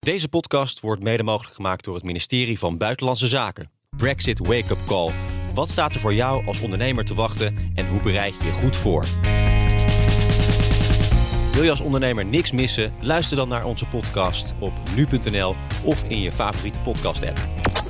Deze podcast wordt mede mogelijk gemaakt door het ministerie van Buitenlandse Zaken. Brexit Wake-up Call. Wat staat er voor jou als ondernemer te wachten en hoe bereid je je goed voor? Wil je als ondernemer niks missen? Luister dan naar onze podcast op nu.nl of in je favoriete podcast-app.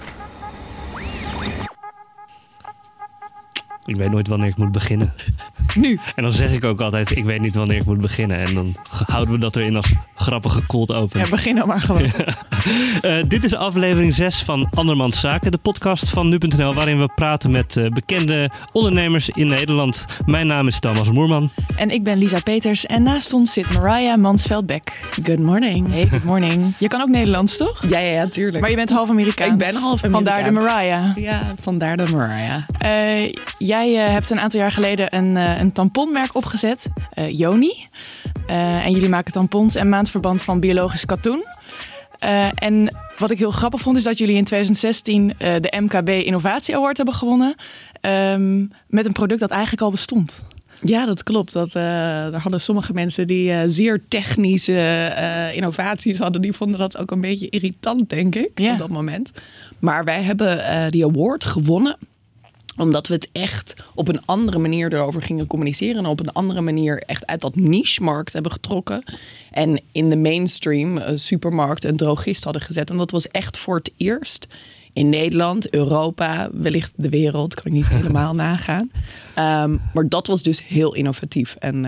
Ik weet nooit wanneer ik moet beginnen. Nu. En dan zeg ik ook altijd, ik weet niet wanneer ik moet beginnen. En dan houden we dat erin als grappige cold open. Ja, begin dan maar gewoon. Dit is aflevering 6 van Andermans Zaken. De podcast van nu.nl waarin we praten met bekende ondernemers in Nederland. Mijn naam is Thomas Moerman. En ik ben Lisa Peters. En naast ons zit Mariah Mansveld-Beck. Good morning. Hey, good morning. Je kan ook Nederlands, toch? Ja, tuurlijk. Maar je bent half Amerikaans. Ik ben half Amerikaans. Vandaar de Mariah. Ja, vandaar de Mariah. Jij hebt een aantal jaar geleden een tamponmerk opgezet, Yoni. En jullie maken tampons en maandverband van biologisch katoen. En wat ik heel grappig vond is dat jullie in 2016 de MKB Innovatie Award hebben gewonnen. Met een product dat eigenlijk al bestond. Ja, dat klopt. Daar hadden sommige mensen die zeer technische innovaties hadden. Die vonden dat ook een beetje irritant, denk ik, op dat moment. Maar wij hebben die award gewonnen omdat we het echt op een andere manier erover gingen communiceren. En op een andere manier echt uit dat niche-markt hebben getrokken. En in de mainstream supermarkt en drogist hadden gezet. En dat was echt voor het eerst in Nederland, Europa, wellicht de wereld. Kan ik niet helemaal nagaan. Maar dat was dus heel innovatief. En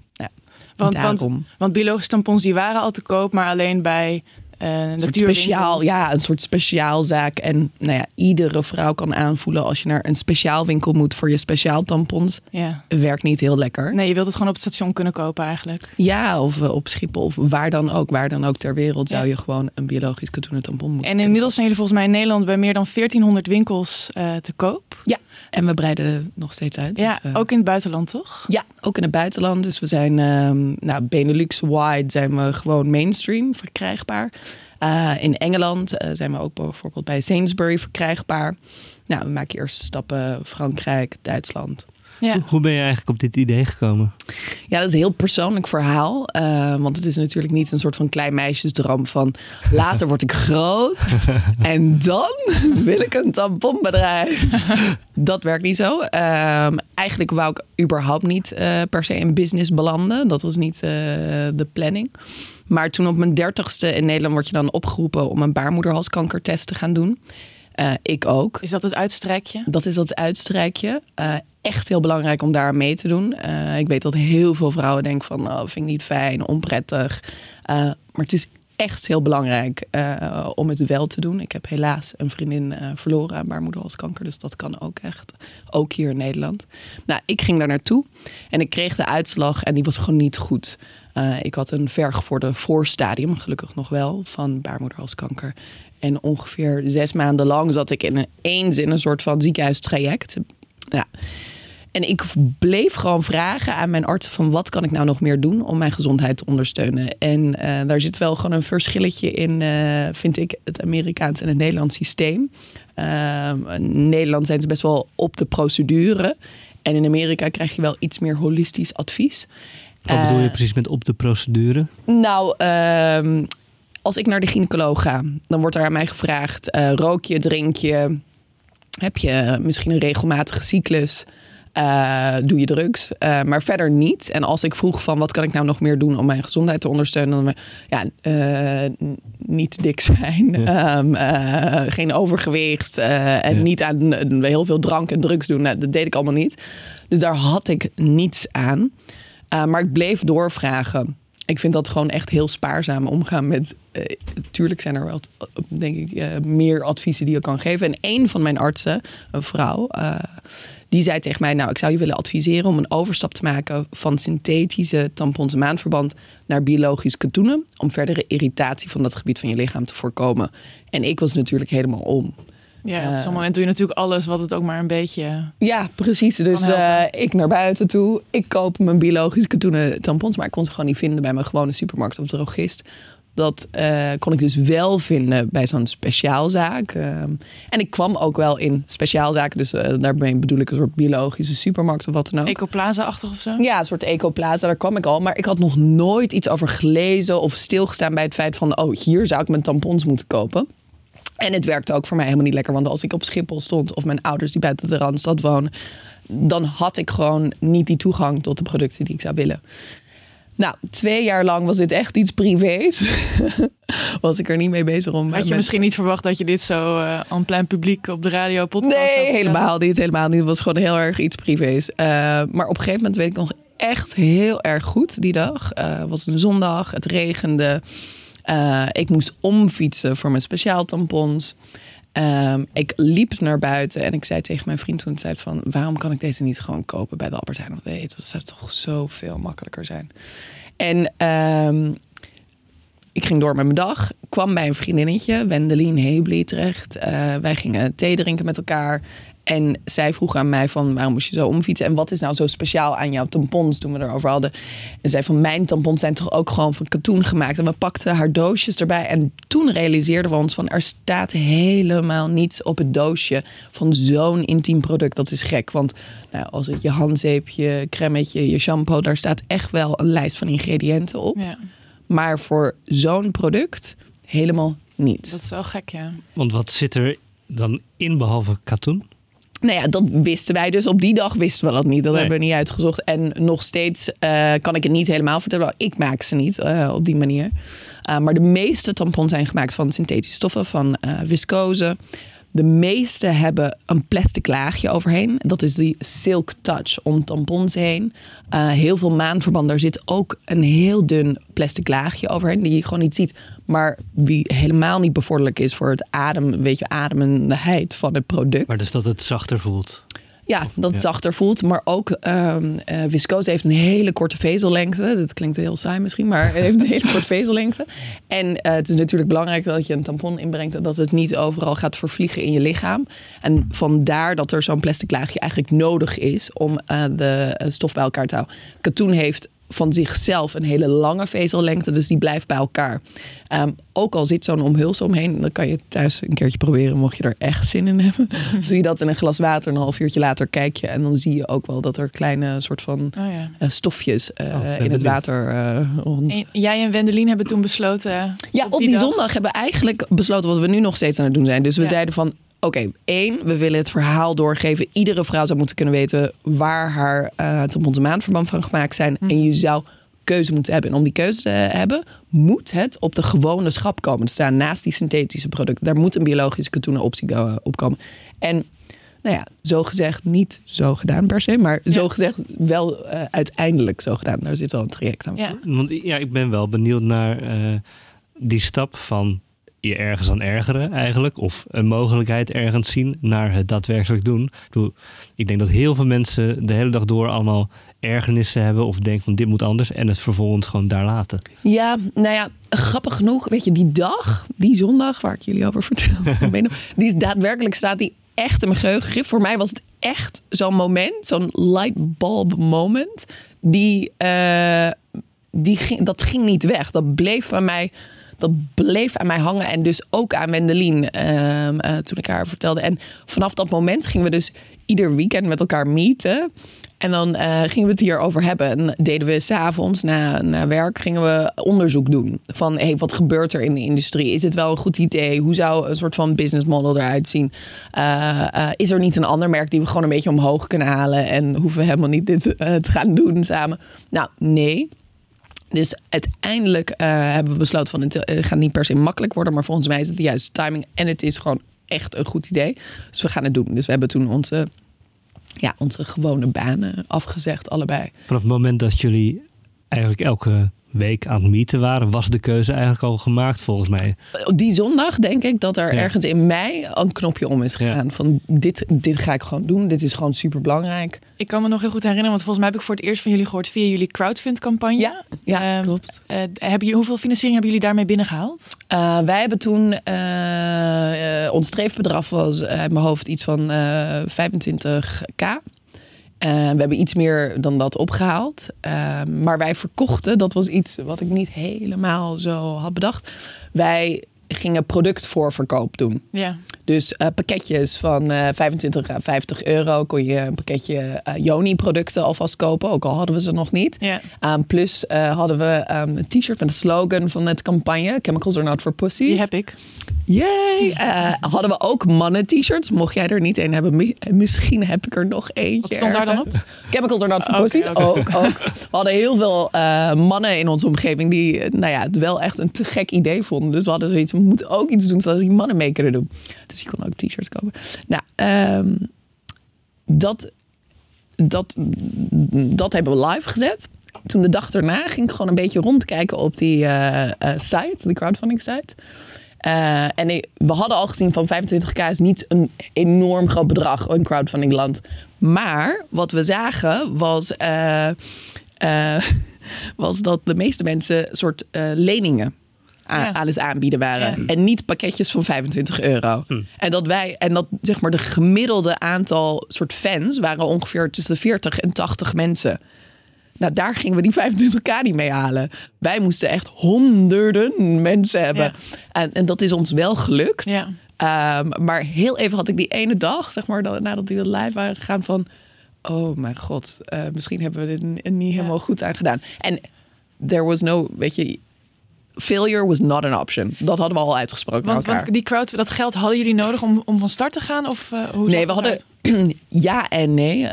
Want biologische tampons die waren al te koop, maar alleen bij een soort speciaalzaak. En iedere vrouw kan aanvoelen als je naar een speciaalwinkel moet voor je speciaal tampons. Ja. Werkt niet heel lekker. Nee, je wilt het gewoon op het station kunnen kopen eigenlijk. Ja, of op Schiphol of waar dan ook ter wereld zou je gewoon een biologisch katoenen tampon moeten. En inmiddels zijn jullie volgens mij in Nederland bij meer dan 1400 winkels te koop. Ja, en we breiden nog steeds uit. Ja, dus, ook in het buitenland, toch? Ja, ook in het buitenland. Dus we zijn Benelux-wide zijn we gewoon mainstream verkrijgbaar. In Engeland zijn we ook bijvoorbeeld bij Sainsbury verkrijgbaar. Nou, we maken eerste stappen Frankrijk, Duitsland. Ja. Hoe ben je eigenlijk op dit idee gekomen? Ja, dat is een heel persoonlijk verhaal. Want het is natuurlijk niet een soort van klein meisjesdroom van later word ik groot en dan wil ik een tamponbedrijf. Dat werkt niet zo. Eigenlijk wou ik überhaupt niet per se in business belanden. Dat was niet de planning. Maar toen op mijn 30ste in Nederland word je dan opgeroepen om een baarmoederhalskankertest te gaan doen. Ik ook. Is dat het uitstrijkje? Dat is dat uitstrijkje. Echt heel belangrijk om daar mee te doen. Ik weet dat heel veel vrouwen denken van, vind ik niet fijn, onprettig. Maar het is echt heel belangrijk om het wel te doen. Ik heb helaas een vriendin verloren aan baarmoederhalskanker. Dus dat kan ook echt. Ook hier in Nederland. Nou, ik ging daar naartoe en ik kreeg de uitslag en die was gewoon niet goed. Ik had een vergevorderd voorstadium, gelukkig nog wel, van baarmoederhalskanker. En ongeveer 6 maanden lang zat ik in een soort van ziekenhuistraject. Ja. En ik bleef gewoon vragen aan mijn artsen van wat kan ik nou nog meer doen om mijn gezondheid te ondersteunen. En daar zit wel gewoon een verschilletje in, vind ik, het Amerikaans en het Nederlands systeem. In Nederland zijn ze best wel op de procedure. En in Amerika krijg je wel iets meer holistisch advies. Wat bedoel je precies met op de procedure? Nou, als ik naar de gynaecoloog ga, dan wordt er aan mij gevraagd, rook je, drink je, heb je misschien een regelmatige cyclus, doe je drugs, maar verder niet. En als ik vroeg van wat kan ik nou nog meer doen om mijn gezondheid te ondersteunen, dan niet te dik zijn, geen overgewicht en niet aan heel veel drank en drugs doen. Nou, dat deed ik allemaal niet. Dus daar had ik niets aan. Maar ik bleef doorvragen. Ik vind dat gewoon echt heel spaarzaam omgaan met. Tuurlijk zijn er wel, denk ik, meer adviezen die je kan geven. En een van mijn artsen, een vrouw, die zei tegen mij: nou, ik zou je willen adviseren om een overstap te maken van synthetische tampons en maandverband naar biologisch katoenen. Om verdere irritatie van dat gebied van je lichaam te voorkomen. En ik was natuurlijk helemaal om. Ja, op zo'n moment doe je natuurlijk alles wat het ook maar een beetje. Ja, precies. Dus ik naar buiten toe. Ik koop mijn biologisch katoenen tampons. Maar ik kon ze gewoon niet vinden bij mijn gewone supermarkt of drogist. Dat kon ik dus wel vinden bij zo'n speciaalzaak. En ik kwam ook wel in speciaalzaken. Dus daarmee bedoel ik een soort biologische supermarkt of wat dan ook. Ecoplaza-achtig of zo? Ja, een soort Ecoplaza, daar kwam ik al. Maar ik had nog nooit iets over gelezen of stilgestaan bij het feit van... hier zou ik mijn tampons moeten kopen. En het werkte ook voor mij helemaal niet lekker. Want als ik op Schiphol stond of mijn ouders die buiten de Randstad wonen... dan had ik gewoon niet die toegang tot de producten die ik zou willen. Nou, 2 jaar lang was dit echt iets privés. Was ik er niet mee bezig om. Had je misschien niet verwacht dat je dit zo en plein publiek op de radio podcast Nee, helemaal niet. Het was gewoon heel erg iets privés. Maar op een gegeven moment weet ik nog echt heel erg goed die dag. Het was een zondag, het regende. Ik moest omfietsen voor mijn speciaal tampons. Ik liep naar buiten en ik zei tegen mijn vriend toen tijd van... waarom kan ik deze niet gewoon kopen bij de Albert Heijn of de Eet? Dat zou toch zoveel makkelijker zijn. En ik ging door met mijn dag. Kwam bij een vriendinnetje, Wendelin Hebli, terecht. Wij gingen thee drinken met elkaar. En zij vroeg aan mij van waarom moest je zo omfietsen? En wat is nou zo speciaal aan jouw tampons toen we erover hadden? En zij van mijn tampons zijn toch ook gewoon van katoen gemaakt. En we pakten haar doosjes erbij. En toen realiseerden we ons van er staat helemaal niets op het doosje van zo'n intiem product. Dat is gek. Want als het je handzeep, je cremmetje, je shampoo, daar staat echt wel een lijst van ingrediënten op. Ja. Maar voor zo'n product helemaal niet. Dat is wel gek, ja. Want wat zit er dan in behalve katoen? Nou ja, dat wisten wij dus. Op die dag wisten we dat niet. Dat hebben we niet uitgezocht. En nog steeds kan ik het niet helemaal vertellen. Ik maak ze niet op die manier. Maar de meeste tampons zijn gemaakt van synthetische stoffen, van viscose. De meeste hebben een plastic laagje overheen. Dat is die silk touch om tampons heen. Heel veel maandverband, daar zit ook een heel dun plastic laagje overheen. Die je gewoon niet ziet. Maar die helemaal niet bevorderlijk is voor het ademendheid van het product. Maar dus dat het zachter voelt. Ja, dat het zachter voelt. Maar ook viscose heeft een hele korte vezellengte. Dat klinkt heel saai misschien, maar het heeft een hele korte vezellengte. En het is natuurlijk belangrijk dat je een tampon inbrengt en dat het niet overal gaat vervliegen in je lichaam. En vandaar dat er zo'n plastic laagje eigenlijk nodig is om de stof bij elkaar te houden. Katoen heeft van zichzelf een hele lange vezellengte, dus die blijft bij elkaar. Ook al zit zo'n omhulsel omheen, dan kan je thuis een keertje proberen, mocht je er echt zin in hebben. Doe je dat in een glas water, een half uurtje later kijk je en dan zie je ook wel dat er kleine soort van stofjes in het water rond. En jij en Wendelin hebben toen besloten... Ja, op die zondag hebben we eigenlijk besloten wat we nu nog steeds aan het doen zijn. Dus we zeiden van, oké, 1, we willen het verhaal doorgeven. Iedere vrouw zou moeten kunnen weten waar haar tampons en maandverband van gemaakt zijn. En je zou keuze moeten hebben. En om die keuze te hebben, moet het op de gewone schap komen te staan. Naast die synthetische producten. Daar moet een biologische katoenen optie op komen. En nou ja, zo gezegd niet zo gedaan per se. Maar zo gezegd wel uiteindelijk zo gedaan. Daar zit wel een traject aan. Ja. Want ik ben wel benieuwd naar die stap van je ergens aan ergeren eigenlijk. Of een mogelijkheid ergens zien naar het daadwerkelijk doen. Ik denk dat heel veel mensen de hele dag door allemaal ergernissen hebben of denken van dit moet anders en het vervolgens gewoon daar laten. Ja, nou ja, grappig genoeg, weet je, die dag, die zondag waar ik jullie over vertel, die is daadwerkelijk staat die echt in mijn geheugen. Voor mij was het echt zo'n moment, zo'n lightbulb moment, dat ging niet weg. Dat bleef bij mij. Dat bleef aan mij hangen en dus ook aan Wendelin toen ik haar vertelde. En vanaf dat moment gingen we dus ieder weekend met elkaar meeten. En dan gingen we het hierover hebben. En deden we 's avonds na werk gingen we onderzoek doen. Van wat gebeurt er in de industrie? Is het wel een goed idee? Hoe zou een soort van business model eruit zien? Is er niet een ander merk die we gewoon een beetje omhoog kunnen halen? En hoeven we helemaal niet dit te gaan doen samen? Nou, nee. Dus uiteindelijk hebben we besloten van het gaat niet per se makkelijk worden. Maar volgens mij is het de juiste timing. En het is gewoon echt een goed idee. Dus we gaan het doen. Dus we hebben toen onze gewone banen afgezegd, allebei. Vanaf het moment dat jullie eigenlijk elke week aan het meeten waren, was de keuze eigenlijk al gemaakt volgens mij? Die zondag denk ik dat er ergens in mei een knopje om is gegaan. Van dit ga ik gewoon doen. Dit is gewoon super belangrijk. Ik kan me nog heel goed herinneren, want volgens mij heb ik voor het eerst van jullie gehoord via jullie crowdfund-campagne. Ja, klopt. Hoeveel financiering hebben jullie daarmee binnengehaald? Wij hebben toen, ons streefbedrag was uit mijn hoofd iets van 25.000. We hebben iets meer dan dat opgehaald. Maar wij verkochten, dat was iets wat ik niet helemaal zo had bedacht. Wij gingen productvoorverkoop doen. Ja. Dus pakketjes van 25 à 50 euro kon je een pakketje Yoni-producten alvast kopen. Ook al hadden we ze nog niet. Ja. Plus hadden we een t-shirt met de slogan van het campagne. Chemicals are not for pussies. Die heb ik. Yay! Hadden we ook mannen-t-shirts. Mocht jij er niet een hebben, misschien heb ik er nog eentje. Wat stond daar dan op? Chemicals are not for pussies. Okay. Ook. We hadden heel veel mannen in onze omgeving die het wel echt een te gek idee vonden. Dus we hadden zoiets, we moeten ook iets doen zodat die mannen mee kunnen doen. Dus je kon ook t-shirts kopen. Nou, dat hebben we live gezet. Toen de dag erna ging ik gewoon een beetje rondkijken op die site, die crowdfunding site. En we hadden al gezien van 25k is niet een enorm groot bedrag in crowdfundingland. Maar wat we zagen was dat de meeste mensen soort leningen aan het aanbieden waren. Ja. En niet pakketjes van 25 euro. En dat zeg maar de gemiddelde aantal soort fans waren ongeveer tussen de 40 en 80 mensen. Nou, daar gingen we die 25k niet mee halen. Wij moesten echt honderden mensen hebben. Ja. En dat is ons wel gelukt. Ja. Maar heel even had ik die ene dag, zeg maar, nadat die live waren gegaan van, oh mijn god, misschien hebben we dit niet helemaal goed aan gedaan. En there was no, weet je, failure was not an option. Dat hadden we al uitgesproken. Want die crowd, dat geld hadden jullie nodig om van start te gaan? Of hoe nee, we hadden ja en nee.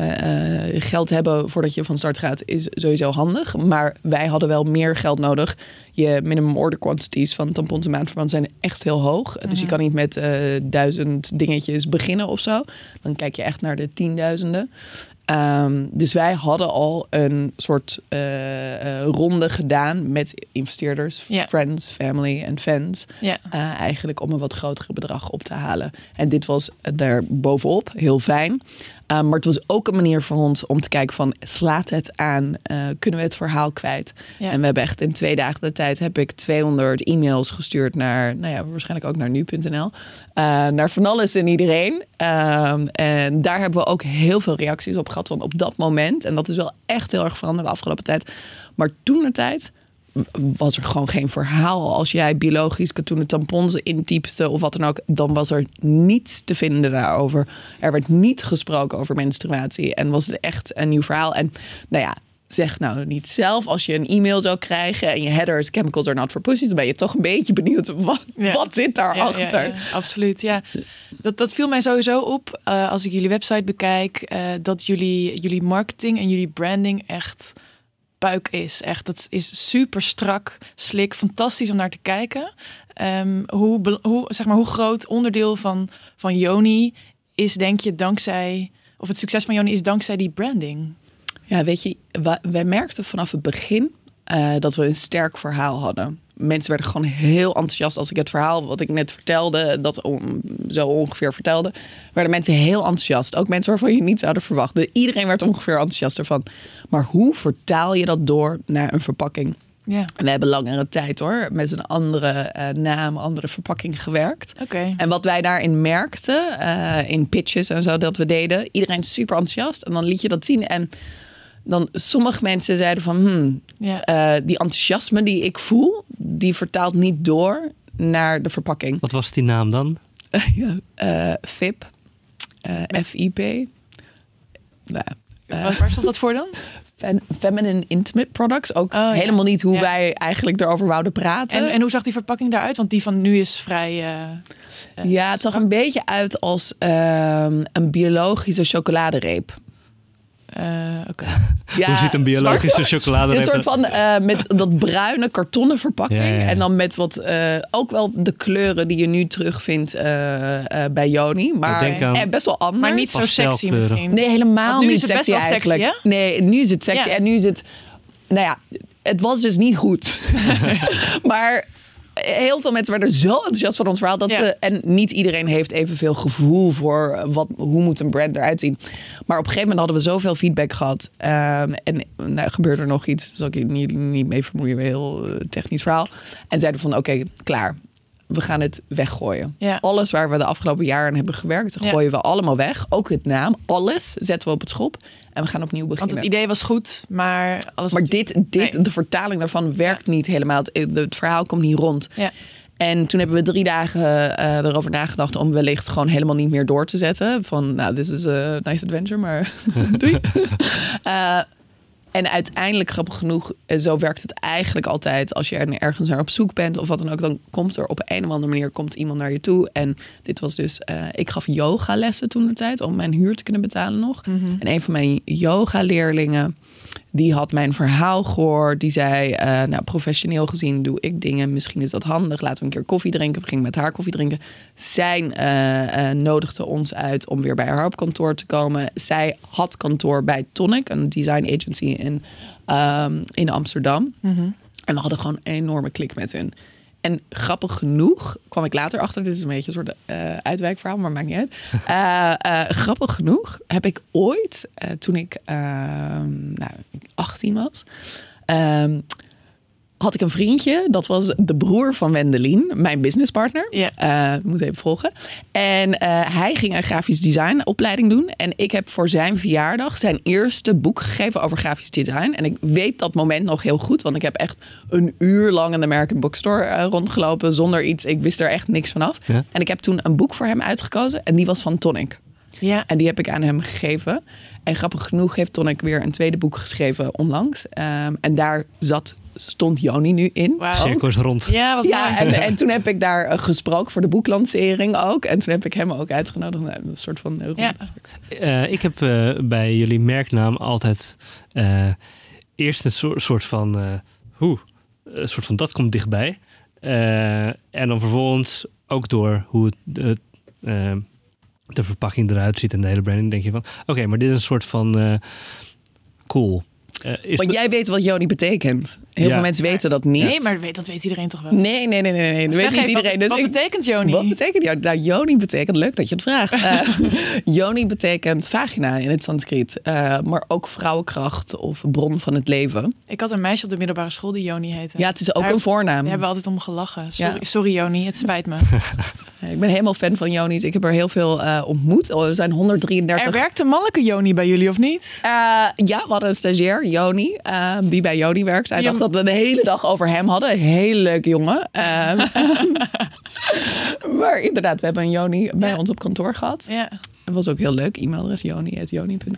Geld hebben voordat je van start gaat is sowieso handig. Maar wij hadden wel meer geld nodig. Je minimum order quantities van tampons en maandverband zijn echt heel hoog. Mm-hmm. Dus je kan niet met 1000 dingetjes beginnen of zo. Dan kijk je echt naar de tienduizenden. Dus wij hadden al een soort ronde gedaan met investeerders, friends, family en fans. Eigenlijk om een wat grotere bedrag op te halen. En dit was daar bovenop, heel fijn. Maar het was ook een manier voor ons om te kijken van, slaat het aan? Kunnen we het verhaal kwijt? Ja. En we hebben echt in 2 dagen de tijd heb ik 200 e-mails gestuurd naar, waarschijnlijk ook naar nu.nl. Naar van alles en iedereen. En daar hebben we ook heel veel reacties op gehad. Want op dat moment, en dat is wel echt heel erg veranderd de afgelopen tijd. Maar toen de tijd was er gewoon geen verhaal. Als jij biologisch katoenen tampons intypte of wat dan ook, dan was er niets te vinden daarover. Er werd niet gesproken over menstruatie en was het echt een nieuw verhaal. En zeg nou niet zelf, als je een e-mail zou krijgen en je header is chemicals are not for pussies, dan ben je toch een beetje benieuwd wat zit daarachter. Ja, absoluut, ja. Dat viel mij sowieso op als ik jullie website bekijk, dat jullie marketing en jullie branding echt puik is. Echt, dat is super strak, slik, fantastisch om naar te kijken. Hoe groot onderdeel van Yoni is, denk je, dankzij, of het succes van Yoni is dankzij die branding? Ja, weet je, wij merkten vanaf het begin dat we een sterk verhaal hadden. Mensen werden gewoon heel enthousiast. Als ik het verhaal wat ik net vertelde, zo ongeveer vertelde, werden mensen heel enthousiast. Ook mensen waarvan je niet zouden verwachten. Iedereen werd ongeveer enthousiast ervan. Maar hoe vertaal je dat door naar een verpakking? Ja. En we hebben langere tijd met een andere naam, andere verpakking gewerkt. Okay. En wat wij daarin merkten, in pitches en zo dat we deden, iedereen super enthousiast. En dan liet je dat zien en dan sommige mensen zeiden van, die enthousiasme die ik voel, die vertaalt niet door naar de verpakking. Wat was die naam dan? FIP. FIP. Waar stond dat voor dan? Feminine Intimate Products. Ook helemaal niet hoe wij eigenlijk erover wouden praten. En hoe zag die verpakking daaruit? Want die van nu is vrij... het zag een beetje uit als een biologische chocoladereep. Okay. Hoe ziet een biologische chocoladereep? Een soort van met dat bruine kartonnen verpakking. Ja. En dan met wat ook wel de kleuren die je nu terugvindt bij Yoni. Maar best wel anders. Maar niet zo sexy misschien. Nee, helemaal niet sexy. Nu is het best wel sexy, hè? Nee, nu is het sexy. Ja. En nu is het... het was dus niet goed. Maar heel veel mensen werden zo enthousiast van ons verhaal dat en niet iedereen heeft evenveel gevoel voor hoe moet een brand eruit zien. Maar op een gegeven moment hadden we zoveel feedback gehad en gebeurde er nog iets, zal ik je niet mee vermoeien, een heel technisch verhaal. En zeiden van oké, klaar. we gaan het weggooien. Ja. Alles waar we de afgelopen jaren hebben gewerkt, gooien we allemaal weg. Ook het naam. Alles zetten we op het schop. En we gaan opnieuw beginnen. Want het idee was goed, maar alles... Maar de vertaling daarvan werkt niet helemaal. Het verhaal komt niet rond. Ja. En toen hebben we 3 dagen erover nagedacht om wellicht gewoon helemaal niet meer door te zetten. Van, nou, this is a nice adventure, maar doei. En uiteindelijk, grappig genoeg, zo werkt het eigenlijk altijd. Als je ergens naar op zoek bent of wat dan ook, dan komt er op een of andere manier iemand naar je toe. En dit was dus, ik gaf yogalessen toen de tijd om mijn huur te kunnen betalen nog. Mm-hmm. En een van mijn yogaleerlingen, die had mijn verhaal gehoord. Die zei, nou, professioneel gezien doe ik dingen. Misschien is dat handig. Laten we een keer koffie drinken. We gingen met haar koffie drinken. Zij nodigde ons uit om weer bij haar op kantoor te komen. Zij had kantoor bij Tonic, een design agency in Amsterdam. Mm-hmm. En we hadden gewoon een enorme klik met hun. En grappig genoeg kwam ik later achter. Dit is een beetje een soort uitwijkverhaal, maar maakt niet uit. Grappig genoeg heb ik ooit, toen ik 18 was, had ik een vriendje. Dat was de broer van Wendelin, mijn businesspartner. Yeah. Moet even volgen. En hij ging een grafisch design opleiding doen. En ik heb voor zijn verjaardag zijn eerste boek gegeven over grafisch design. En ik weet dat moment nog heel goed. Want ik heb echt een uur lang in de American Bookstore rondgelopen zonder iets. Ik wist er echt niks vanaf. Ja. En ik heb toen een boek voor hem uitgekozen. En die was van Tonic. Ja. En die heb ik aan hem gegeven. En grappig genoeg heeft Tonic weer een tweede boek geschreven onlangs. En daar stond Joni nu in. Wow. Cirkels rond. Ja, wat mooi. En toen heb ik daar gesproken voor de boeklancering ook. En toen heb ik hem ook uitgenodigd. Een soort van... ik heb bij jullie merknaam altijd eerst een soort van... een soort van dat komt dichtbij. En dan vervolgens ook door hoe de verpakking eruit ziet en de hele branding. Denk je van, oké, maar dit is een soort van cool. Want jij weet wat Joni betekent. Heel veel mensen weten dat niet. Nee, maar dat weet iedereen toch wel? Nee. Dat weet niet iedereen. Dus wat betekent Joni? Wat betekent Joni? Nou, Joni betekent, leuk dat je het vraagt. Joni betekent vagina in het Sanskriet. Maar ook vrouwenkracht of bron van het leven. Ik had een meisje op de middelbare school die Joni heette. Ja, het is ook een voornaam. We hebben altijd om gelachen. Sorry Joni, het spijt me. Ik ben helemaal fan van Joni's. Ik heb er heel veel ontmoet. Er zijn 133... Er werkt een mannelijke Joni bij jullie, of niet? Ja, we hadden een stagiair, Joni, die bij Joni werkt. Hij dacht dat we de hele dag over hem hadden. Een hele leuke jongen. Maar inderdaad, we hebben een Joni bij ons op kantoor gehad. Ja. Het was ook heel leuk. E-mailadres joni@joni.com.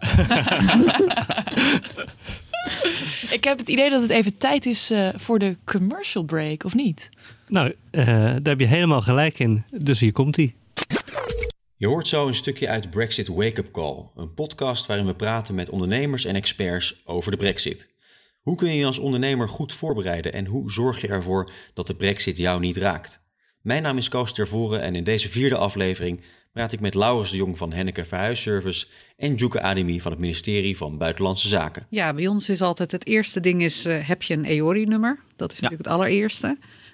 Ik heb het idee dat het even tijd is voor de commercial break, of niet? Nou, daar heb je helemaal gelijk in. Dus hier komt-ie. Je hoort zo een stukje uit Brexit Wake Up Call. Een podcast waarin we praten met ondernemers en experts over de Brexit. Hoe kun je je als ondernemer goed voorbereiden en hoe zorg je ervoor dat de Brexit jou niet raakt? Mijn naam is Koos Tervoren en in deze 4e aflevering praat ik met Laurens de Jong van Henneke Verhuisservice en Djoeke Ademi van het ministerie van Buitenlandse Zaken. Ja, bij ons is altijd het eerste ding is, heb je een EORI-nummer? Dat is natuurlijk het allereerste.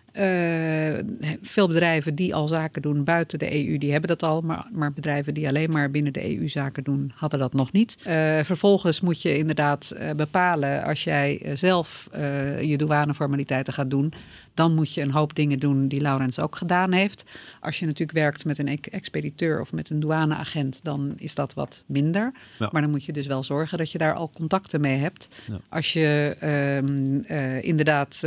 Veel bedrijven die al zaken doen buiten de EU, die hebben dat al. Maar bedrijven die alleen maar binnen de EU zaken doen, hadden dat nog niet. Vervolgens moet je inderdaad bepalen, als jij zelf je douaneformaliteiten gaat doen, dan moet je een hoop dingen doen die Laurens ook gedaan heeft. Als je natuurlijk werkt met een expediteur of met een douaneagent, dan is dat wat minder. Ja. Maar dan moet je dus wel zorgen dat je daar al contacten mee hebt. Ja. Als je inderdaad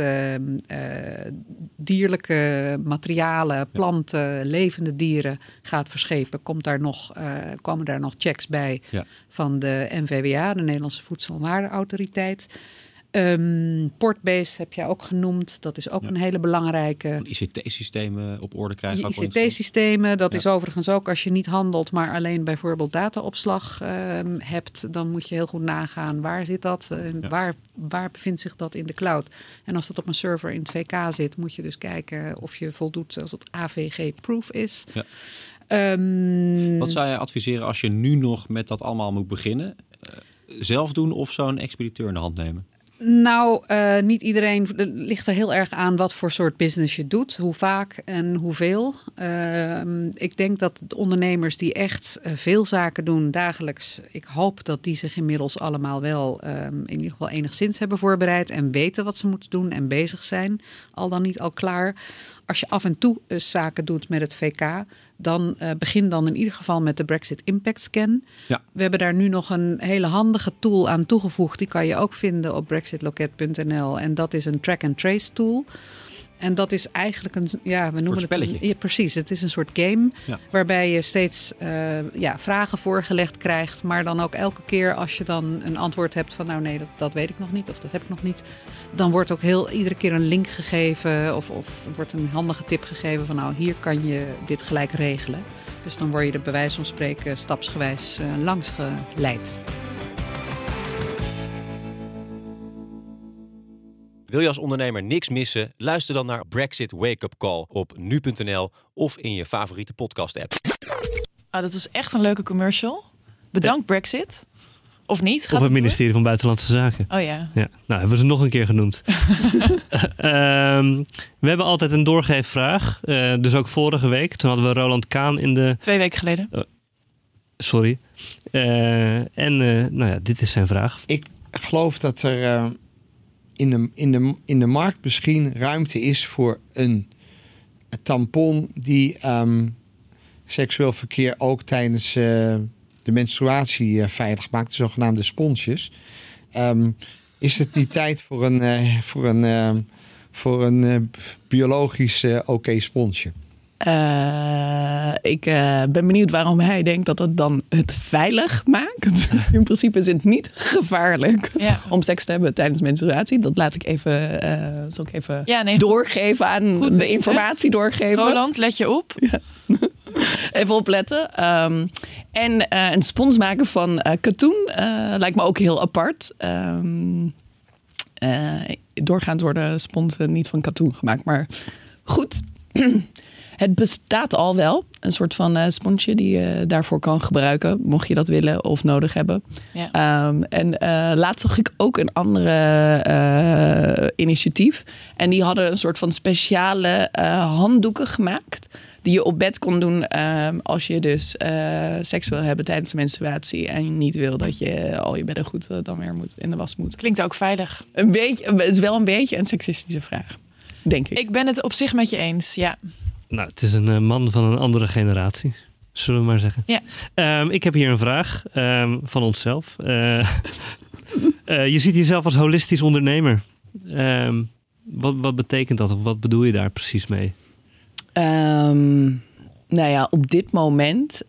dierlijke materialen, planten, levende dieren gaat verschepen, komen daar nog checks bij van de NVWA, de Nederlandse Voedsel- en Warenautoriteit. Portbase heb jij ook genoemd. Dat is ook een hele belangrijke. ICT-systemen op orde krijgen. ICT-systemen, dat is overigens ook als je niet handelt, maar alleen bijvoorbeeld dataopslag hebt. Dan moet je heel goed nagaan, waar zit dat? Waar bevindt zich dat in de cloud? En als dat op een server in het VK zit, moet je dus kijken of je voldoet als het AVG-proof is. Ja. Wat zou je adviseren als je nu nog met dat allemaal moet beginnen? Zelf doen of zo'n expediteur in de hand nemen? Nou, niet iedereen. Het ligt er heel erg aan wat voor soort business je doet. Hoe vaak en hoeveel. Ik denk dat de ondernemers die echt veel zaken doen dagelijks. Ik hoop dat die zich inmiddels allemaal wel in ieder geval enigszins hebben voorbereid. En weten wat ze moeten doen en bezig zijn. Al dan niet al klaar. als je af en toe zaken doet met het VK, dan begin dan in ieder geval met de Brexit Impact Scan. Ja. We hebben daar nu nog een hele handige tool aan toegevoegd. Die kan je ook vinden op brexitloket.nl. En dat is een track and trace tool. En dat is eigenlijk we noemen het spelletje. Ja, precies. Het is een soort game waarbij je steeds vragen voorgelegd krijgt. Maar dan ook elke keer als je dan een antwoord hebt van nou nee, dat weet ik nog niet of dat heb ik nog niet. Dan wordt ook iedere keer een link gegeven of wordt een handige tip gegeven van nou hier kan je dit gelijk regelen. Dus dan word je er bij wijze van spreken stapsgewijs langs geleid. Wil je als ondernemer niks missen? Luister dan naar Brexit Wake Up Call op nu.nl of in je favoriete podcast-app. Dat is echt een leuke commercial. Bedankt Brexit. Of niet? Of het ministerie van Buitenlandse Zaken. Oh ja. Nou, hebben we ze nog een keer genoemd. We hebben altijd een doorgeefvraag. Dus ook vorige week. Toen hadden we Roland Kaan in de... 2 weken geleden. Sorry. Dit is zijn vraag. Ik geloof dat er in de markt misschien ruimte is voor een tampon die seksueel verkeer ook tijdens de menstruatie veilig maakt, de zogenaamde sponsjes. Is het niet tijd voor een biologisch oké sponsje? Ik ben benieuwd waarom hij denkt dat het dan het veilig maakt. In principe is het niet gevaarlijk om seks te hebben tijdens menstruatie. Dat laat ik even, doorgeven aan de informatie doorgeven. Roland, let je op. Ja. Even opletten. En een spons maken van katoen lijkt me ook heel apart. Doorgaans worden sponsen niet van katoen gemaakt, maar goed. Het bestaat al wel. Een soort van sponsje die je daarvoor kan gebruiken. Mocht je dat willen of nodig hebben. Ja. Laatst zag ik ook een andere initiatief. En die hadden een soort van speciale handdoeken gemaakt. Die je op bed kon doen als je dus seks wil hebben tijdens de menstruatie. En je niet wil dat je al je beddengoed dan weer in de was moet. Klinkt ook veilig. Het is wel een beetje een seksistische vraag. Denk ik. Ik ben het op zich met je eens, ja. Nou, het is een man van een andere generatie, zullen we maar zeggen. Ja. Ik heb hier een vraag van onszelf. Je ziet jezelf als holistisch ondernemer. Wat betekent dat of wat bedoel je daar precies mee? Op dit moment,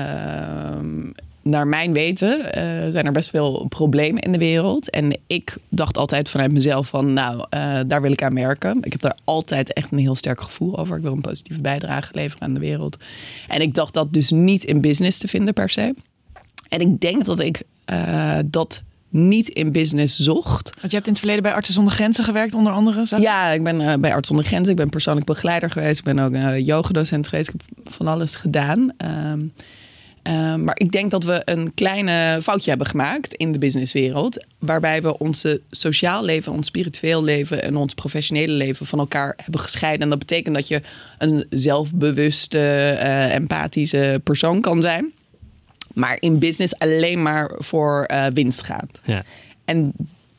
naar mijn weten, zijn er best veel problemen in de wereld. En ik dacht altijd vanuit mezelf van, daar wil ik aan werken. Ik heb daar altijd echt een heel sterk gevoel over. Ik wil een positieve bijdrage leveren aan de wereld. En ik dacht dat dus niet in business te vinden per se. En ik denk dat ik dat niet in business zocht. Want je hebt in het verleden bij Artsen zonder Grenzen gewerkt, onder andere? Ja, ik ben bij Artsen zonder Grenzen. Ik ben persoonlijk begeleider geweest. Ik ben ook yogadocent geweest. Ik heb van alles gedaan. Maar ik denk dat we een kleine foutje hebben gemaakt in de businesswereld. Waarbij we onze sociaal leven, ons spiritueel leven en ons professionele leven van elkaar hebben gescheiden. En dat betekent dat je een zelfbewuste, empathische persoon kan zijn. Maar in business alleen maar voor winst gaat. Ja. En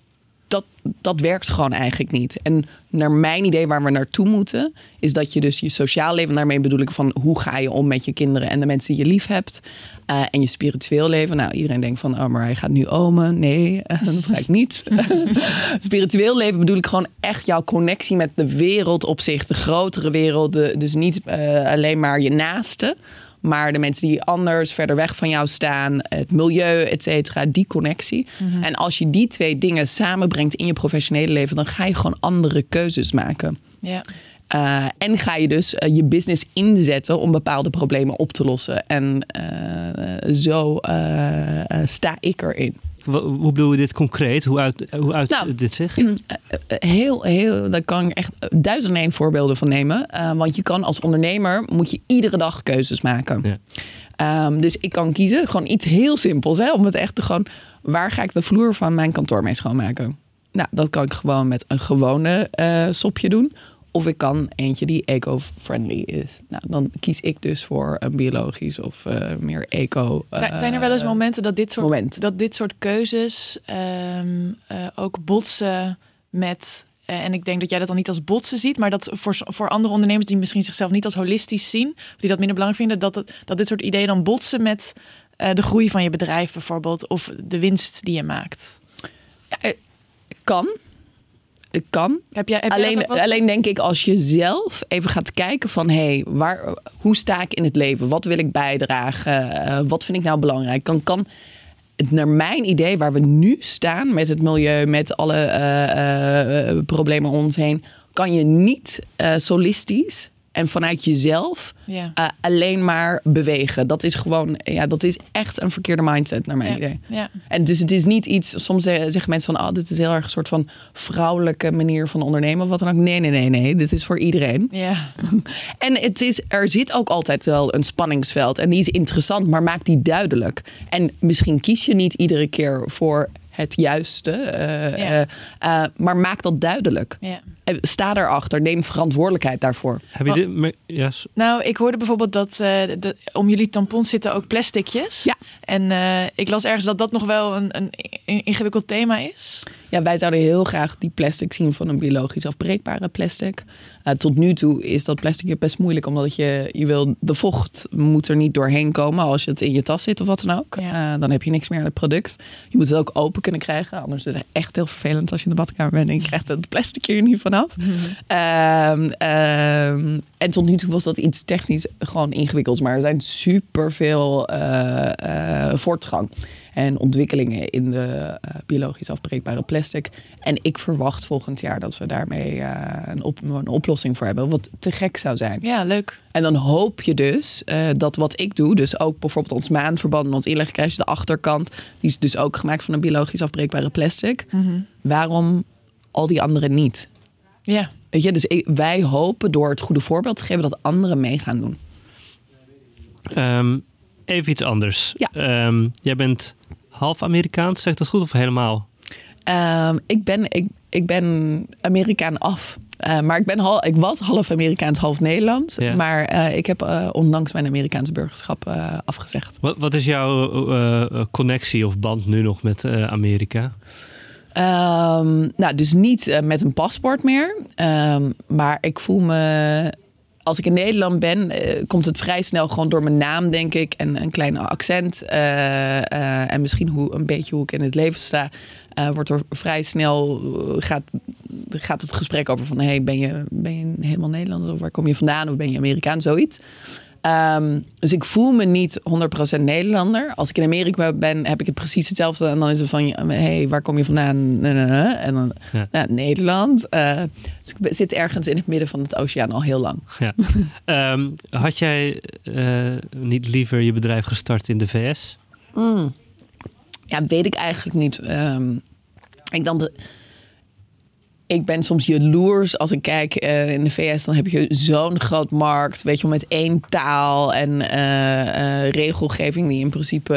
dat werkt gewoon eigenlijk niet. En naar mijn idee waar we naartoe moeten, is dat je dus je sociaal leven, daarmee bedoel ik van hoe ga je om met je kinderen en de mensen die je lief hebt. En je spiritueel leven. Nou, iedereen denkt van, oh, maar hij gaat nu omen. Nee, dat ga ik niet. Spiritueel leven bedoel ik gewoon echt jouw connectie met de wereld op zich. De grotere wereld. Dus niet alleen maar je naaste. Maar de mensen die anders verder weg van jou staan, het milieu, et cetera, die connectie. Mm-hmm. En als je die 2 dingen samenbrengt in je professionele leven, dan ga je gewoon andere keuzes maken. Ja. En ga je dus je business inzetten om bepaalde problemen op te lossen. En zo sta ik erin. Hoe bedoel je dit concreet? Hoe uit dit zich? Heel, daar kan ik echt 1001 voorbeelden van nemen. Want je kan als ondernemer, moet je iedere dag keuzes maken. Ja. Dus ik kan kiezen, gewoon iets heel simpels. Om het echt te gewoon, waar ga ik de vloer van mijn kantoor mee schoonmaken? Nou, dat kan ik gewoon met een gewone sopje doen. Of ik kan eentje die eco-friendly is. Nou, dan kies ik dus voor een biologisch of meer eco. Zijn er wel eens momenten dat dit soort keuzes ook botsen met En ik denk dat jij dat dan niet als botsen ziet, maar dat voor andere ondernemers die misschien zichzelf niet als holistisch zien, of die dat minder belangrijk vinden, dat dit soort ideeën dan botsen met de groei van je bedrijf bijvoorbeeld, of de winst die je maakt. Ja, kan. Heb jij Alleen denk ik, als je zelf even gaat kijken van hoe sta ik in het leven? Wat wil ik bijdragen? Wat vind ik nou belangrijk? Kan naar mijn idee, waar we nu staan met het milieu, met alle problemen om ons heen, kan je niet solistisch en vanuit jezelf alleen maar bewegen. Dat is gewoon, dat is echt een verkeerde mindset naar mijn idee. Ja. En dus het is niet iets, soms zeggen mensen van, dit is heel erg een soort van vrouwelijke manier van ondernemen of wat dan ook. Nee. Dit is voor iedereen. Ja. En er zit ook altijd wel een spanningsveld. En die is interessant, maar maak die duidelijk. En misschien kies je niet iedere keer voor het juiste. Maar maak dat duidelijk. Ja. Sta daarachter. Neem verantwoordelijkheid daarvoor. Heb je dit? Yes. Nou, ik hoorde bijvoorbeeld dat om jullie tampons zitten ook plasticjes. Ja. En ik las ergens dat nog wel een ingewikkeld thema is. Ja, wij zouden heel graag die plastic zien van een biologisch afbreekbare plastic. Tot nu toe is dat plastic best moeilijk, omdat je wil, de vocht moet er niet doorheen komen als je het in je tas zit of wat dan ook. Ja. Dan heb je niks meer aan het product. Je moet het ook open kunnen krijgen, anders is het echt heel vervelend als je in de badkamer bent en je krijgt het plastic hier niet vanaf. En tot nu toe was dat iets technisch gewoon ingewikkelds, maar er zijn superveel voortgang en ontwikkelingen in de biologisch afbreekbare plastic. En ik verwacht volgend jaar dat we daarmee een oplossing voor hebben. Wat te gek zou zijn. Ja, leuk. En dan hoop je dus dat wat ik doe, dus ook bijvoorbeeld ons maandverband en ons inlegkruisje, de achterkant, die is dus ook gemaakt van een biologisch afbreekbare plastic. Mm-hmm. Waarom al die anderen niet? Ja. Weet je, dus wij hopen door het goede voorbeeld te geven dat anderen mee gaan doen. Even iets anders. Ja. Jij bent half Amerikaans, zeg ik dat goed of helemaal? Ik ben Amerikaan af. Maar ik was half Amerikaans, half Nederlands. Ja. Maar ik heb onlangs mijn Amerikaanse burgerschap afgezegd. Wat is jouw connectie of band nu nog met Amerika? Dus niet met een paspoort meer. Maar ik voel me, als ik in Nederland ben, komt het vrij snel gewoon door mijn naam, denk ik. En een klein accent. En misschien een beetje hoe ik in het leven sta. Wordt er vrij snel, gaat het gesprek over van, ben je helemaal Nederlander? Of waar kom je vandaan? Of ben je Amerikaan? Zoiets. Dus ik voel me niet 100% Nederlander. Als ik in Amerika ben, heb ik het precies hetzelfde. En dan is het van, waar kom je vandaan? En dan, Nederland. Dus ik zit ergens in het midden van het oceaan al heel lang. Ja. Had jij niet liever je bedrijf gestart in de VS? Ja, weet ik eigenlijk niet. Ik ben soms jaloers als ik kijk in de VS. Dan heb je zo'n groot markt, weet je, met één taal en regelgeving die in principe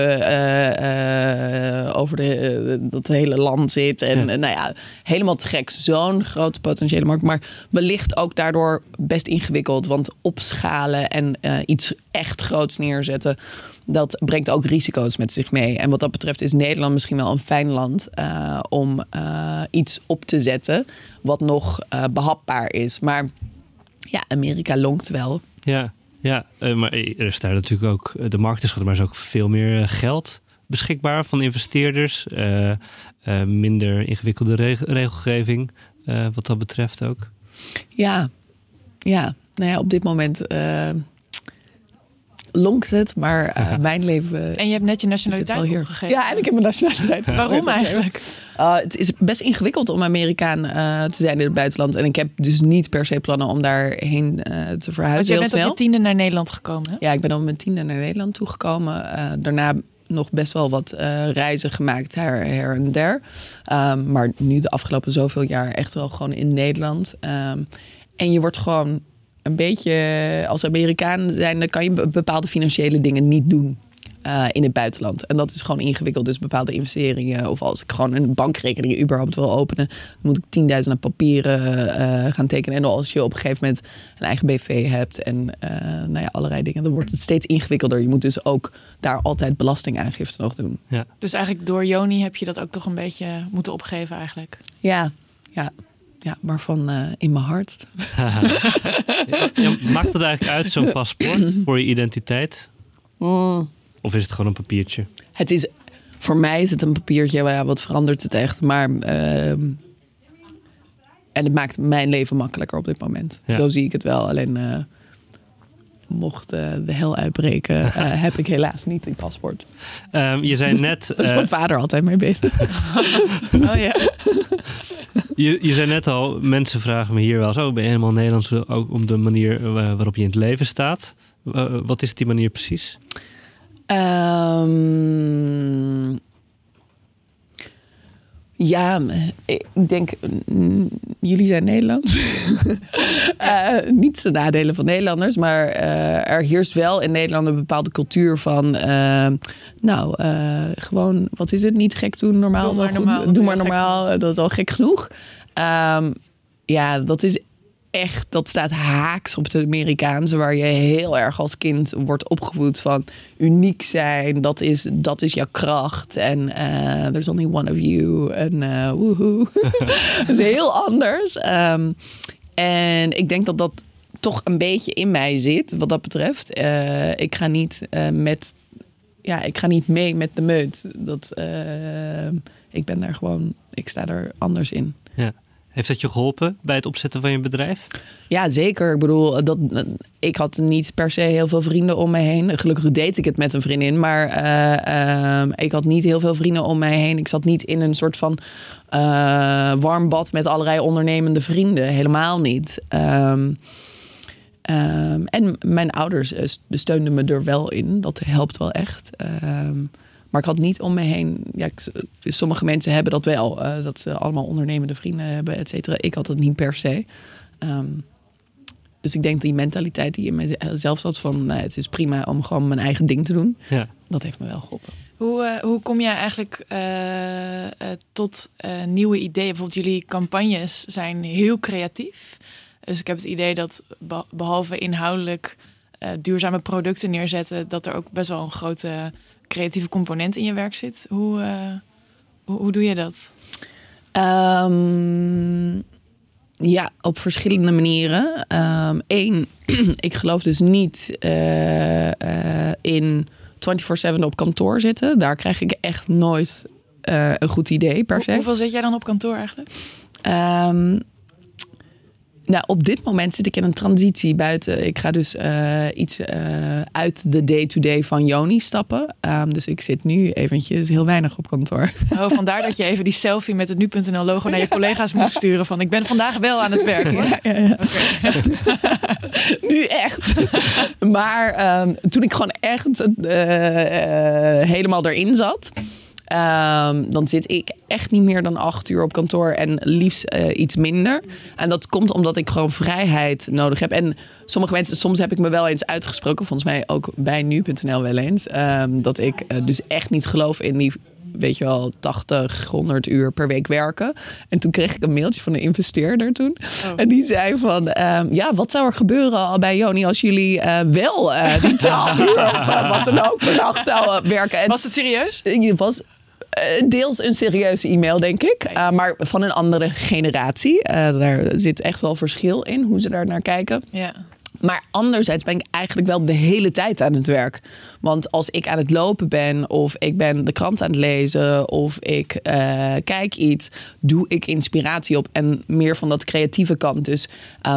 over dat hele land zit. En helemaal te gek. Zo'n grote potentiële markt. Maar wellicht ook daardoor best ingewikkeld. Want opschalen en iets echt groots neerzetten, dat brengt ook risico's met zich mee. En wat dat betreft is Nederland misschien wel een fijn land om iets op te zetten wat nog behapbaar is. Maar ja, Amerika lonkt wel. Ja, maar er is daar natuurlijk ook, de markt is groot, maar er is ook veel meer geld beschikbaar van investeerders. Minder ingewikkelde regelgeving wat dat betreft ook. Ja. Op dit moment lonkt het, maar mijn leven. En je hebt net je nationaliteit opgegeven. Ja, en ik heb mijn nationaliteit. Waarom eigenlijk? Het is best ingewikkeld om Amerikaan te zijn in het buitenland. En ik heb dus niet per se plannen om daarheen te verhuizen. Want je bent op je 10e naar Nederland gekomen, hè? Ja, ik ben op mijn 10e naar Nederland toegekomen. Daarna nog best wel wat reizen gemaakt her en der. Maar nu de afgelopen zoveel jaar echt wel gewoon in Nederland. En je wordt gewoon een beetje, als Amerikaan zijn, dan kan je bepaalde financiële dingen niet doen in het buitenland. En dat is gewoon ingewikkeld. Dus bepaalde investeringen, of als ik gewoon een bankrekening überhaupt wil openen, dan moet ik 10.000 papieren gaan tekenen. En als je op een gegeven moment een eigen BV hebt en allerlei dingen, dan wordt het steeds ingewikkelder. Je moet dus ook daar altijd belastingaangifte nog doen. Ja. Dus eigenlijk door Joni heb je dat ook toch een beetje moeten opgeven eigenlijk? Ja. waarvan in mijn hart. Maakt het eigenlijk uit, zo'n paspoort, voor je identiteit? Of is het gewoon een papiertje? Voor mij is het een papiertje, wat verandert het echt? Maar en het maakt mijn leven makkelijker op dit moment. Ja. Zo zie ik het wel. Alleen mocht de hel uitbreken, heb ik helaas niet een paspoort. Je zei net... Daar is mijn vader altijd mee bezig. Oh ja. Je zei net al, mensen vragen me hier wel zo, ben je helemaal Nederlands, ook om de manier waarop je in het leven staat? Wat is die manier precies? Ja, ik denk, jullie zijn Nederlands. Niet de nadelen van Nederlanders, maar er heerst wel in Nederland een bepaalde cultuur van, gewoon, wat is het, niet gek doen, normaal. Doe maar normaal, dat is al gek genoeg. Dat is echt, dat staat haaks op het Amerikaanse, waar je heel erg als kind wordt opgevoed van uniek zijn, dat is jouw kracht en there's only one of you en woehoe. Dat is heel anders. En ik denk dat toch een beetje in mij zit, wat dat betreft. Ik ga niet mee met de meut. Ik sta er anders in. Ja. Heeft dat je geholpen bij het opzetten van je bedrijf? Ja, zeker. Ik bedoel, ik had niet per se heel veel vrienden om me heen. Gelukkig deed ik het met een vriendin, maar ik had niet heel veel vrienden om mij heen. Ik zat niet in een soort van warm bad met allerlei ondernemende vrienden. Helemaal niet. En mijn ouders steunden me er wel in. Dat helpt wel echt. Maar ik had niet om me heen... Ja, sommige mensen hebben dat wel. Dat ze allemaal ondernemende vrienden hebben, et cetera. Ik had het niet per se. Dus ik denk die mentaliteit die in mezelf zat van... het is prima om gewoon mijn eigen ding te doen. Ja. Dat heeft me wel geholpen. Hoe kom jij eigenlijk tot nieuwe ideeën? Bijvoorbeeld jullie campagnes zijn heel creatief. Dus ik heb het idee dat behalve inhoudelijk duurzame producten neerzetten... dat er ook best wel een grote... creatieve component in je werk zit. Hoe doe je dat? Ja, op verschillende manieren. Eén, ik geloof dus niet in 24/7 op kantoor zitten. Daar krijg ik echt nooit een goed idee per se. Hoeveel zit jij dan op kantoor eigenlijk? Op dit moment zit ik in een transitie buiten. Ik ga dus iets uit de day-to-day van Yoni stappen. Dus ik zit nu eventjes heel weinig op kantoor. Oh, vandaar dat je even die selfie met het nu.nl logo naar je collega's moet sturen. Van ik ben vandaag wel aan het werk. Ja. Okay. Nu echt. Maar toen ik gewoon echt helemaal erin zat... dan zit ik echt niet meer dan 8 uur op kantoor en liefst iets minder. En dat komt omdat ik gewoon vrijheid nodig heb. En sommige mensen, soms heb ik me wel eens uitgesproken, volgens mij ook bij nu.nl wel eens, dat ik dus echt niet geloof in die, weet je wel, 80, 100 uur per week werken. En toen kreeg ik een mailtje van een investeerder toen. Oh. En die zei van, wat zou er gebeuren al bij Yoni als jullie wel die 12 uur of wat dan ook per dag zouden werken. En was het serieus? Het was deels een serieuze e-mail, denk ik. Maar van een andere generatie. Daar zit echt wel verschil in, hoe ze daar naar kijken. Ja. Maar anderzijds ben ik eigenlijk wel de hele tijd aan het werk. Want als ik aan het lopen ben, of ik ben de krant aan het lezen, of ik kijk iets, doe ik inspiratie op. En meer van dat creatieve kant. Dus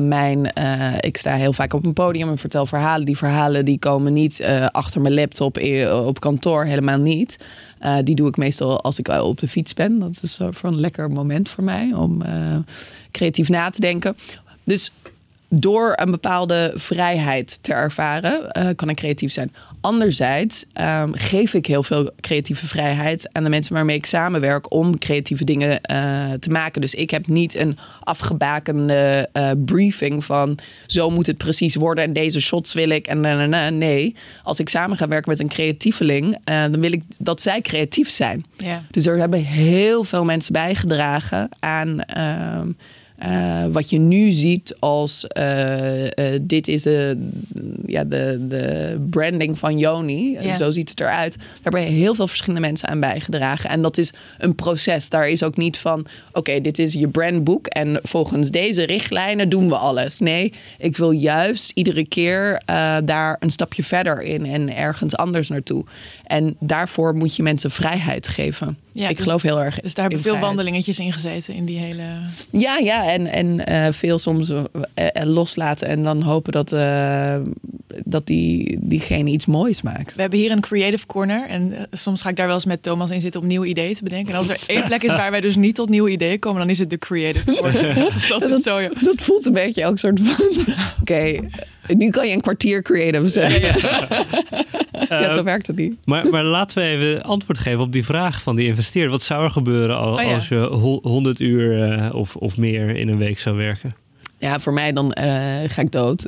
ik sta heel vaak op een podium en vertel verhalen. Die verhalen die komen niet achter mijn laptop op kantoor, helemaal niet. Die doe ik meestal als ik op de fiets ben. Dat is een lekker moment voor mij om creatief na te denken. Dus door een bepaalde vrijheid te ervaren, kan ik creatief zijn. Anderzijds geef ik heel veel creatieve vrijheid aan de mensen waarmee ik samenwerk om creatieve dingen te maken. Dus ik heb niet een afgebakende briefing van zo moet het precies worden en deze shots wil ik. En nee, als ik samen ga werken met een creatieveling, dan wil ik dat zij creatief zijn. Yeah. Dus er hebben heel veel mensen bijgedragen aan Wat je nu ziet als dit is de branding van Yoni. Ja. Zo ziet het eruit. Daar hebben heel veel verschillende mensen aan bijgedragen. En dat is een proces. Daar is ook niet van, oké, dit is je brandboek en volgens deze richtlijnen doen we alles. Nee, ik wil juist iedere keer daar een stapje verder in en ergens anders naartoe. En daarvoor moet je mensen vrijheid geven. Ja, ik geloof heel erg Dus daar hebben in veel vrijheid. wandelingetjes in gezeten in die hele... Ja, en veel soms loslaten en dan hopen dat diegene iets moois maakt. We hebben hier een creative corner en soms ga ik daar wel eens met Thomas in zitten om nieuwe ideeën te bedenken. En als er één plek is waar wij dus niet tot nieuwe ideeën komen, dan is het de creative corner. Dat voelt een beetje ook soort van... Oké, nu kan je een kwartier creative zeggen. Ja, zo werkt het niet. Maar laten we even antwoord geven op die vraag van die investeerder. Wat zou er gebeuren als je 100 uur of meer in een week zou werken? Ja, voor mij dan ga ik dood.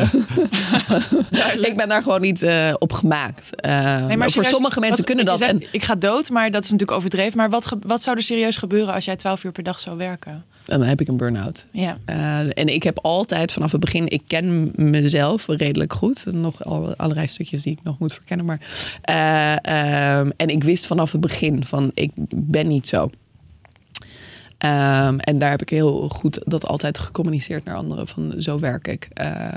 Ik ben daar gewoon niet op gemaakt. Maar voor sommige mensen kunnen dat. Zegt, ik ga dood, maar dat is natuurlijk overdreven. Maar wat zou er serieus gebeuren als jij 12 uur per dag zou werken? Dan heb ik een burn-out. Ja. En ik heb altijd vanaf het begin... Ik ken mezelf redelijk goed. Nog allerlei stukjes die ik nog moet verkennen. Maar, en ik wist vanaf het begin van... Ik ben niet zo. En daar heb ik heel goed dat altijd gecommuniceerd naar anderen. Van zo werk ik.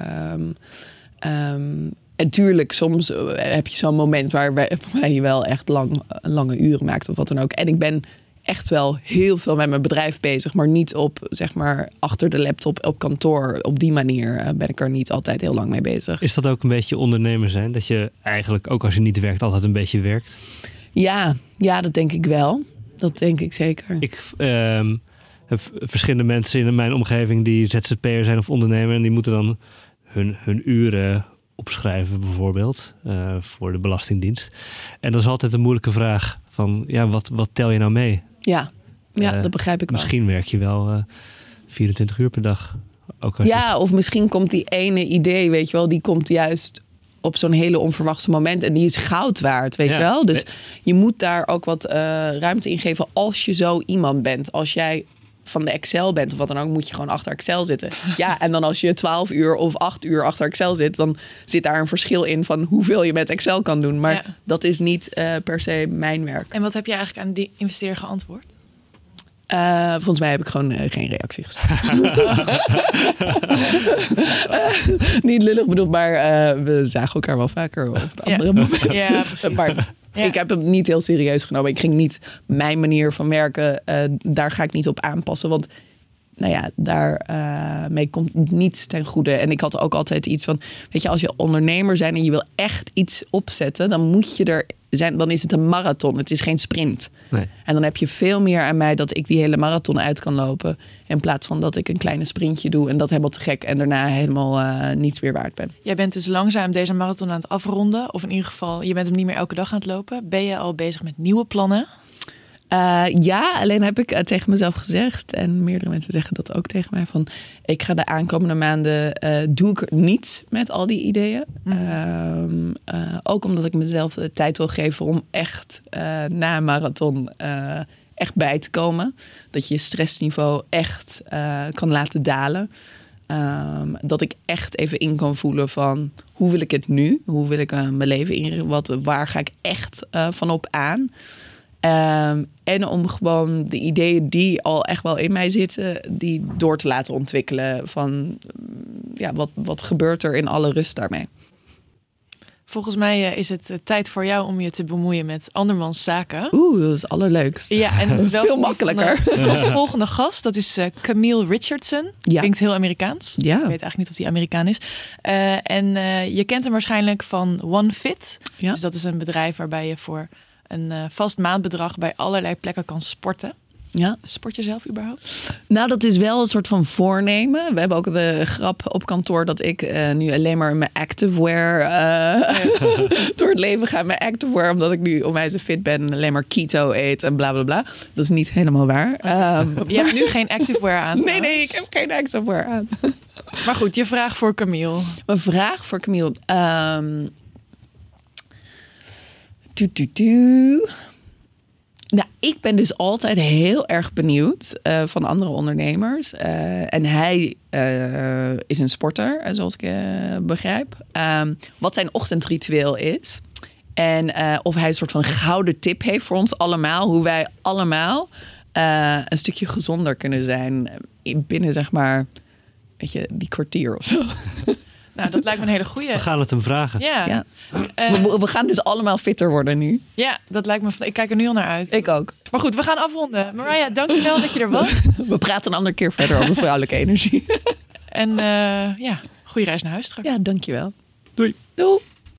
En tuurlijk, soms heb je zo'n moment... waar je wel echt lange uren maakt of wat dan ook. En ik ben... echt wel heel veel met mijn bedrijf bezig, maar niet op, zeg maar, achter de laptop op kantoor. Op die manier ben ik er niet altijd heel lang mee bezig. Is dat ook een beetje ondernemer zijn? Dat je eigenlijk, ook als je niet werkt, altijd een beetje werkt? Ja, dat denk ik wel. Dat denk ik zeker. Ik heb verschillende mensen in mijn omgeving die ZZP'er zijn of ondernemer. En die moeten dan hun uren opschrijven bijvoorbeeld voor de Belastingdienst. En dat is altijd een moeilijke vraag van, ja, wat tel je nou mee? Ja, dat begrijp ik wel. Misschien werk je wel 24 uur per dag. Ook of misschien komt die ene idee, weet je wel, die komt juist op zo'n hele onverwachte moment en die is goud waard, weet je wel. Dus je moet daar ook wat ruimte in geven als je zo iemand bent. Als jij van de Excel bent of wat dan ook, moet je gewoon achter Excel zitten. Ja, en dan als je 12 uur of 8 uur achter Excel zit, dan zit daar een verschil in van hoeveel je met Excel kan doen. Maar dat is niet per se mijn werk. En wat heb je eigenlijk aan die investeerder geantwoord? Volgens mij heb ik gewoon geen reactie gestuurd. Niet lullig bedoeld, maar we zagen elkaar wel vaker op andere momenten. Ja, precies. Maar ik heb het niet heel serieus genomen. Ik ging niet mijn manier van werken, daar ga ik niet op aanpassen. Want daarmee komt niets ten goede. En ik had ook altijd iets van, weet je, als je ondernemer bent en je wil echt iets opzetten, dan moet je er zijn. Dan is het een marathon. Het is geen sprint. Nee. En dan heb je veel meer aan mij dat ik die hele marathon uit kan lopen, in plaats van dat ik een kleine sprintje doe en dat helemaal te gek en daarna helemaal niets meer waard ben. Jij bent dus langzaam deze marathon aan het afronden, of in ieder geval, je bent hem niet meer elke dag aan het lopen. Ben je al bezig met nieuwe plannen? Alleen heb ik tegen mezelf gezegd, en meerdere mensen zeggen dat ook tegen mij, van ik ga de aankomende maanden doe ik niet met al die ideeën. Ook omdat ik mezelf de tijd wil geven om echt na een marathon echt bij te komen. Dat je je stressniveau echt kan laten dalen. Dat ik echt even in kan voelen van hoe wil ik het nu? Hoe wil ik mijn leven inrichten? Waar ga ik echt van op aan? En om gewoon de ideeën die al echt wel in mij zitten, die door te laten ontwikkelen van wat gebeurt er in alle rust daarmee. Volgens mij is het tijd voor jou om je te bemoeien met andermans zaken. Dat is allerleukst. Ja, en het is wel veel makkelijker. Onze volgende gast, dat is Camille Richardson. Ja. Klinkt heel Amerikaans. Ja. Ik weet eigenlijk niet of hij Amerikaan is. Je kent hem waarschijnlijk van OneFit. Ja. Dus dat is een bedrijf waarbij je voor een vast maandbedrag bij allerlei plekken kan sporten. Ja. Sport je zelf überhaupt? Nou, dat is wel een soort van voornemen. We hebben ook de grap op kantoor dat ik nu alleen maar mijn activewear door het leven ga. Mijn activewear, omdat ik nu onwijs fit ben, alleen maar keto eet en bla bla bla. Dat is niet helemaal waar. Je hebt nu geen activewear aan. Nee, ik heb geen activewear aan. Maar goed, je vraag voor Camille. Mijn vraag voor Camille. Nou, ik ben dus altijd heel erg benieuwd van andere ondernemers. En hij is een sporter, zoals ik begrijp. Wat zijn ochtendritueel is. En of hij een soort van gouden tip heeft voor ons allemaal. Hoe wij allemaal een stukje gezonder kunnen zijn. Binnen, zeg maar, weet je, die kwartier of zo. Nou, dat lijkt me een hele goeie. We gaan het hem vragen. Ja. We gaan dus allemaal fitter worden nu. Ja, dat lijkt me. Ik kijk er nu al naar uit. Ik ook. Maar goed, we gaan afronden. Mariah, dankjewel dat je er was. We praten een andere keer verder over vrouwelijke energie. En goede reis naar huis straks. Ja, dankjewel. Doei. Doei.